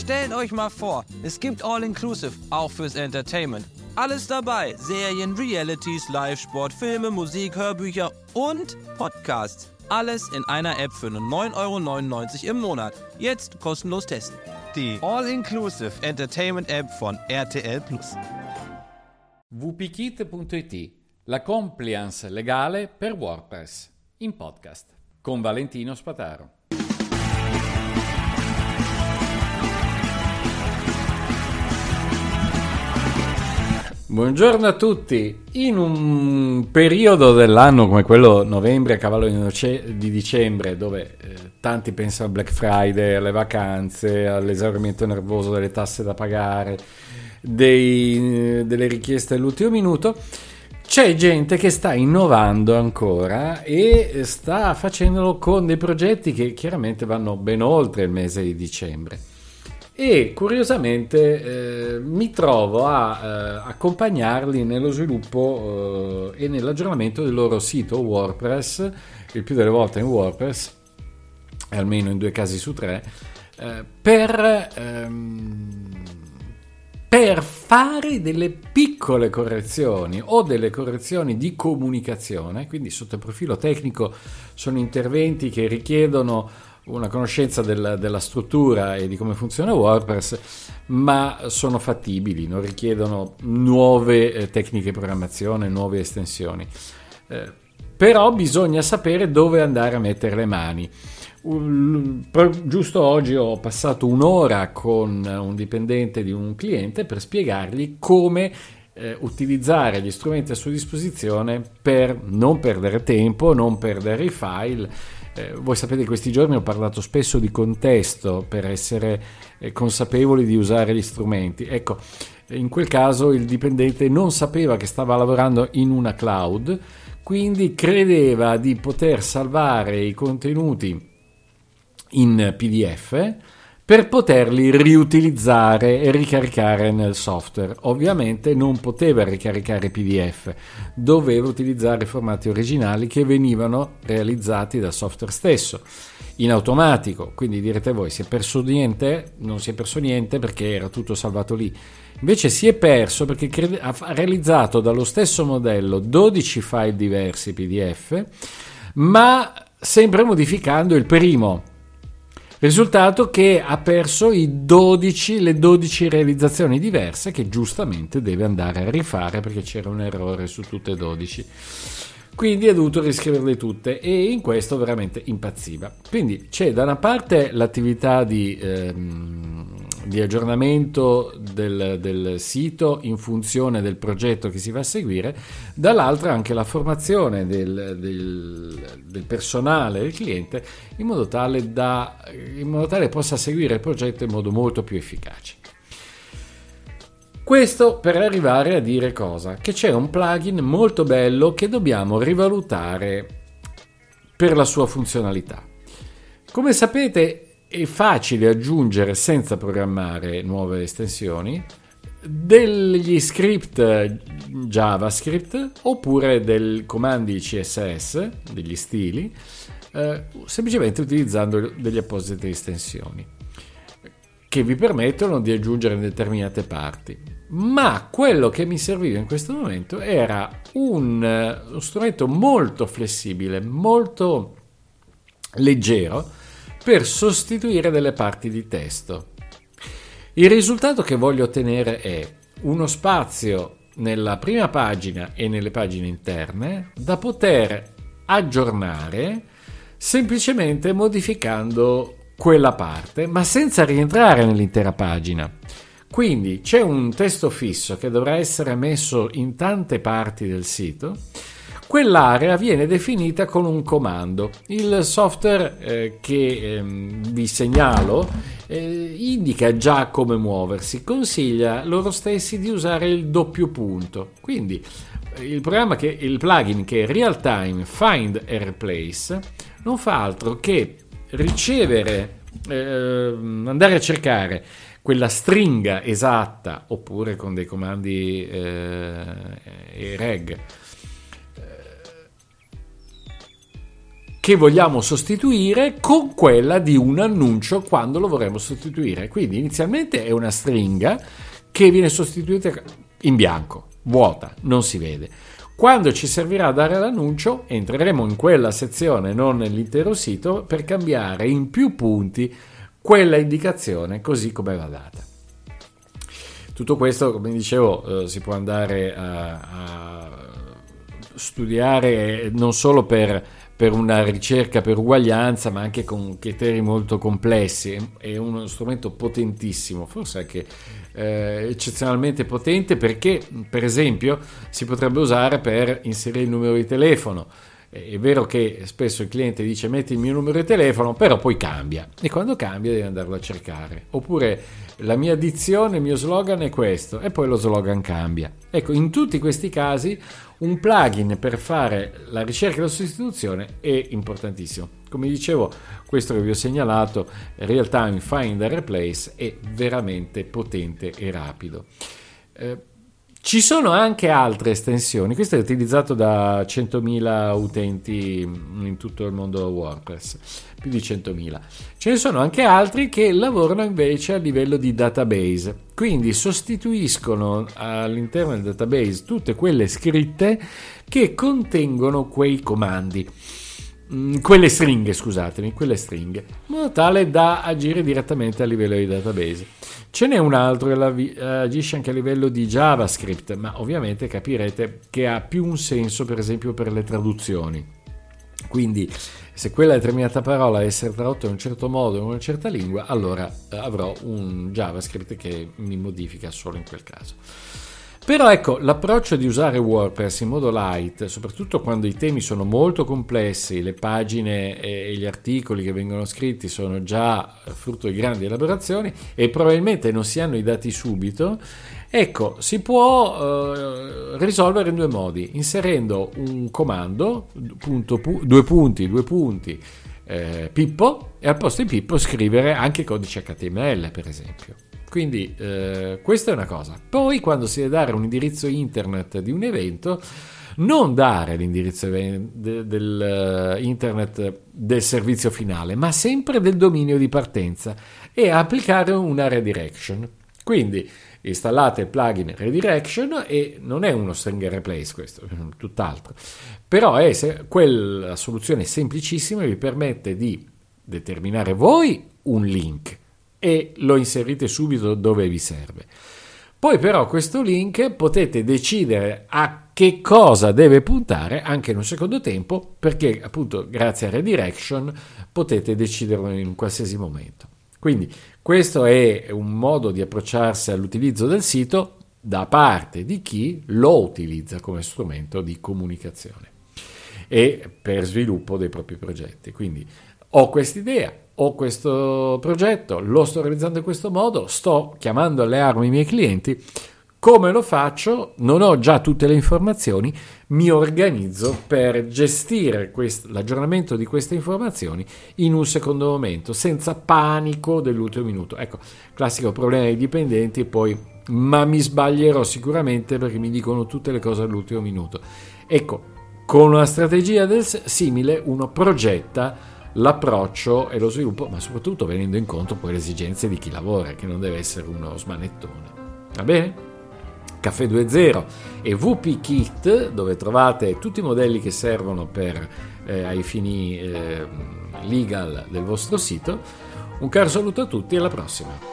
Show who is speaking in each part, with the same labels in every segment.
Speaker 1: Stellt euch mal vor, es gibt All-Inclusive, auch fürs Entertainment. Alles dabei, Serien, Realities, Live-Sport, Filme, Musik, Hörbücher und Podcasts. Alles in einer App für nur 9,99 € im Monat. Jetzt kostenlos testen. Die All-Inclusive Entertainment App von RTL+.
Speaker 2: wpkit.it, la compliance legale per WordPress, in podcast, con Valentino Spataro. Buongiorno a tutti. In un periodo dell'anno come quello novembre a cavallo di dicembre, dove tanti pensano al Black Friday, alle vacanze, all'esaurimento nervoso delle tasse da pagare, delle richieste all'ultimo minuto, c'è gente che sta innovando ancora e sta facendolo con dei progetti che chiaramente vanno ben oltre il mese di dicembre. E curiosamente mi trovo a accompagnarli nello sviluppo e nell'aggiornamento del loro sito WordPress, il più delle volte in WordPress, almeno in 2 casi su 3, per fare delle piccole correzioni o delle correzioni di comunicazione. Quindi sotto il profilo tecnico sono interventi che richiedono una conoscenza della struttura e di come funziona WordPress, ma sono fattibili, non richiedono nuove tecniche di programmazione, nuove estensioni. Però bisogna sapere dove andare a mettere le mani. Giusto oggi ho passato un'ora con un dipendente di un cliente per spiegargli come utilizzare gli strumenti a sua disposizione per non perdere tempo, non perdere i file. Voi sapete che questi giorni ho parlato spesso di contesto per essere consapevoli di usare gli strumenti. Ecco, in quel caso il dipendente non sapeva che stava lavorando in una cloud, quindi credeva di poter salvare i contenuti in PDF per poterli riutilizzare e ricaricare nel software. Ovviamente non poteva ricaricare PDF, doveva utilizzare i formati originali che venivano realizzati dal software stesso, in automatico. Quindi direte voi, si è perso niente? Non si è perso niente perché era tutto salvato lì. Invece si è perso perché ha realizzato dallo stesso modello 12 file diversi PDF, ma sempre modificando il primo. Risultato che ha perso le 12 realizzazioni diverse che giustamente deve andare a rifare perché c'era un errore su tutte e 12. Quindi ha dovuto riscriverle tutte e in questo veramente impazziva. Quindi c'è da una parte l'attività di aggiornamento del sito in funzione del progetto che si va a seguire, dall'altra anche la formazione del personale del cliente in modo tale possa seguire il progetto in modo molto più efficace. Questo per arrivare a dire cosa? Che c'è un plugin molto bello che dobbiamo rivalutare per la sua funzionalità. Come sapete è facile aggiungere senza programmare nuove estensioni degli script JavaScript oppure dei comandi CSS, degli stili, semplicemente utilizzando delle apposite estensioni che vi permettono di aggiungere determinate parti. Ma quello che mi serviva in questo momento era uno strumento molto flessibile, molto leggero per sostituire delle parti di testo. Il risultato che voglio ottenere è uno spazio nella prima pagina e nelle pagine interne da poter aggiornare semplicemente modificando quella parte, ma senza rientrare nell'intera pagina. Quindi c'è un testo fisso che dovrà essere messo in tante parti del sito. Quell'area viene definita con un comando. Il software che vi segnalo indica già come muoversi, consiglia loro stessi di usare il doppio punto. Quindi il plugin che è Real Time Find and Replace non fa altro che andare a cercare quella stringa esatta, oppure con dei comandi reg, che vogliamo sostituire con quella di un annuncio quando lo vorremmo sostituire. Quindi inizialmente è una stringa che viene sostituita in bianco, vuota, non si vede. Quando ci servirà a dare l'annuncio, entreremo in quella sezione, non nell'intero sito, per cambiare in più punti quella indicazione così come va data. Tutto questo, come dicevo, si può andare a studiare non solo per una ricerca per uguaglianza, ma anche con criteri molto complessi. È uno strumento potentissimo, forse anche eccezionalmente potente, perché per esempio si potrebbe usare per inserire il numero di telefono. È vero che spesso il cliente dice metti il mio numero di telefono, però poi cambia, e quando cambia devi andarlo a cercare. Oppure la mia dizione, il mio slogan è questo, e poi lo slogan cambia. Ecco, in tutti questi casi un plugin per fare la ricerca e la sostituzione è importantissimo. Come dicevo, questo che vi ho segnalato, Real Time Find and Replace, è veramente potente e rapido. Ci sono anche altre estensioni, questo è utilizzato da 100.000 utenti in tutto il mondo WordPress, più di 100.000. Ce ne sono anche altri che lavorano invece a livello di database, quindi sostituiscono all'interno del database tutte quelle scritte che contengono quei comandi. Quelle stringhe, in modo tale da agire direttamente a livello di database. Ce n'è un altro che agisce anche a livello di JavaScript, ma ovviamente capirete che ha più un senso per esempio per le traduzioni. Quindi se quella determinata parola deve essere tradotta in un certo modo in una certa lingua, allora avrò un JavaScript che mi modifica solo in quel caso. Però ecco, l'approccio di usare WordPress in modo light, soprattutto quando i temi sono molto complessi, le pagine e gli articoli che vengono scritti sono già frutto di grandi elaborazioni e probabilmente non si hanno i dati subito, ecco, si può risolvere in due modi, inserendo un comando, due punti, Pippo, e al posto di Pippo scrivere anche codice HTML, per esempio. Quindi questa è una cosa. Poi quando si deve dare un indirizzo internet di un evento, non dare l'indirizzo del internet del servizio finale, ma sempre del dominio di partenza, e applicare una redirection. Quindi installate il plugin redirection, e non è uno string replace, questo è tutt'altro, però è quella soluzione semplicissima che vi permette di determinare voi un link e lo inserite subito dove vi serve. Poi però questo link potete decidere a che cosa deve puntare anche in un secondo tempo, perché appunto grazie a redirection potete deciderlo in un qualsiasi momento. Quindi questo è un modo di approcciarsi all'utilizzo del sito da parte di chi lo utilizza come strumento di comunicazione e per sviluppo dei propri progetti. Quindi ho quest'idea, ho questo progetto, lo sto realizzando in questo modo, sto chiamando alle armi i miei clienti. Come lo faccio? Non ho già tutte le informazioni, mi organizzo per gestire l'aggiornamento di queste informazioni in un secondo momento, senza panico dell'ultimo minuto. Ecco, classico problema dei dipendenti, poi ma mi sbaglierò sicuramente perché mi dicono tutte le cose all'ultimo minuto. Ecco, con una strategia simile uno progetta l'approccio e lo sviluppo, ma soprattutto venendo incontro poi alle esigenze di chi lavora, che non deve essere uno smanettone. Va bene? Caffè 2.0 e WP Kit, dove trovate tutti i modelli che servono ai fini legal del vostro sito. Un caro saluto a tutti e alla prossima.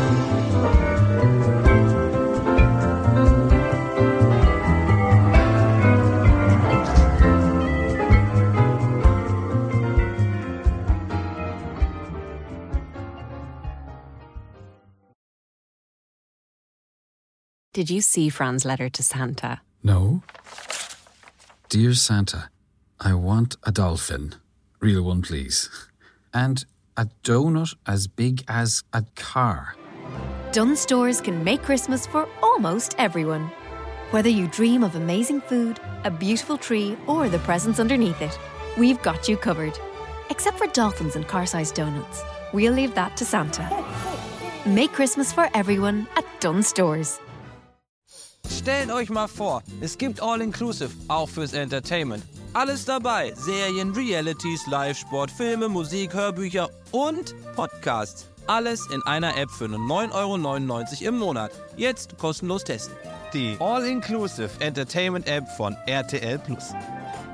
Speaker 3: Did you see Fran's letter to Santa?
Speaker 4: No. Dear Santa, I want a dolphin. Real one, please. And a donut as big as a car.
Speaker 5: Dunnes Stores can make Christmas for almost everyone. Whether you dream of amazing food, a beautiful tree, or the presents underneath it, we've got you covered. Except for dolphins and car-sized donuts. We'll leave that to Santa. Make Christmas for everyone at Dunnes Stores.
Speaker 1: Stellt euch mal vor, es gibt All-Inclusive, auch fürs Entertainment. Alles dabei: Serien, Realities, Live-Sport, Filme, Musik, Hörbücher und Podcasts. Alles in einer App für nur 9,99 € im Monat. Jetzt kostenlos testen. Die All-Inclusive Entertainment App von RTL Plus.